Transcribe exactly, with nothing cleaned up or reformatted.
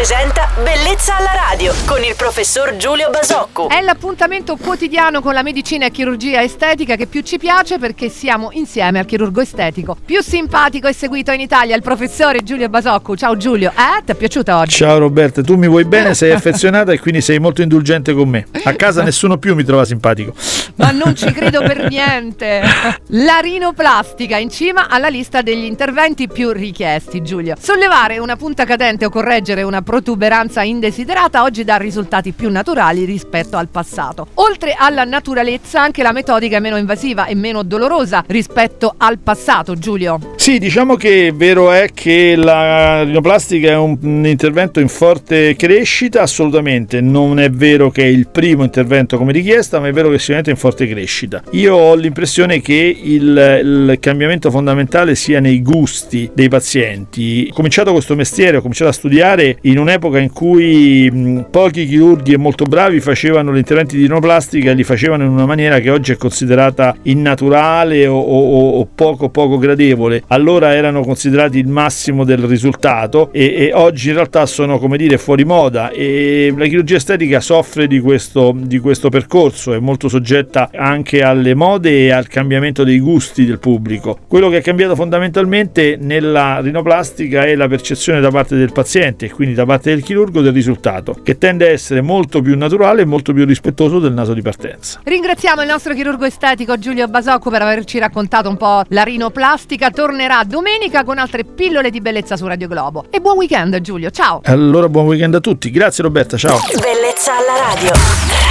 presenta Bellezza alla radio con il professor Giulio Basocco. È l'appuntamento quotidiano con la medicina e chirurgia estetica che più ci piace, perché siamo insieme al chirurgo estetico più simpatico e seguito in Italia, il professore Giulio Basocco. Ciao Giulio, eh? Ti è piaciuto oggi? Ciao Roberta, tu mi vuoi bene, sei affezionata e quindi sei molto indulgente con me. A casa nessuno più mi trova simpatico. Ma non ci credo per niente. La rinoplastica in cima alla lista degli interventi più richiesti, Giulio. Sollevare una punta cadente o correggere una protuberanza indesiderata oggi dà risultati più naturali rispetto al passato. Oltre alla naturalezza, anche la metodica è meno invasiva e meno dolorosa rispetto al passato, Giulio. Sì, diciamo che vero è che la rinoplastica è un, un intervento in forte crescita, assolutamente. Non è vero che è il primo intervento come richiesta, ma è vero che sicuramente è in forte crescita. Io ho l'impressione che il, il cambiamento fondamentale sia nei gusti dei pazienti. Ho cominciato questo mestiere, ho cominciato a studiare in un'epoca in cui mh, pochi chirurghi e molto bravi facevano gli interventi di rinoplastica e li facevano in una maniera che oggi è considerata innaturale o, o, o poco poco gradevole. Allora erano considerati il massimo del risultato e, e oggi in realtà sono, come dire, fuori moda, e la chirurgia estetica soffre di questo, di questo percorso, è molto soggetta anche alle mode e al cambiamento dei gusti del pubblico. Quello che è cambiato fondamentalmente nella rinoplastica è la percezione da parte del paziente e quindi da parte del chirurgo del risultato, che tende a essere molto più naturale e molto più rispettoso del naso di partenza. Ringraziamo il nostro chirurgo estetico Giulio Basocco per averci raccontato un po' la rinoplastica. Tornerà domenica con altre pillole di bellezza su Radio Globo. E buon weekend Giulio, ciao! Allora buon weekend a tutti, grazie Roberta, ciao! Bellezza alla radio.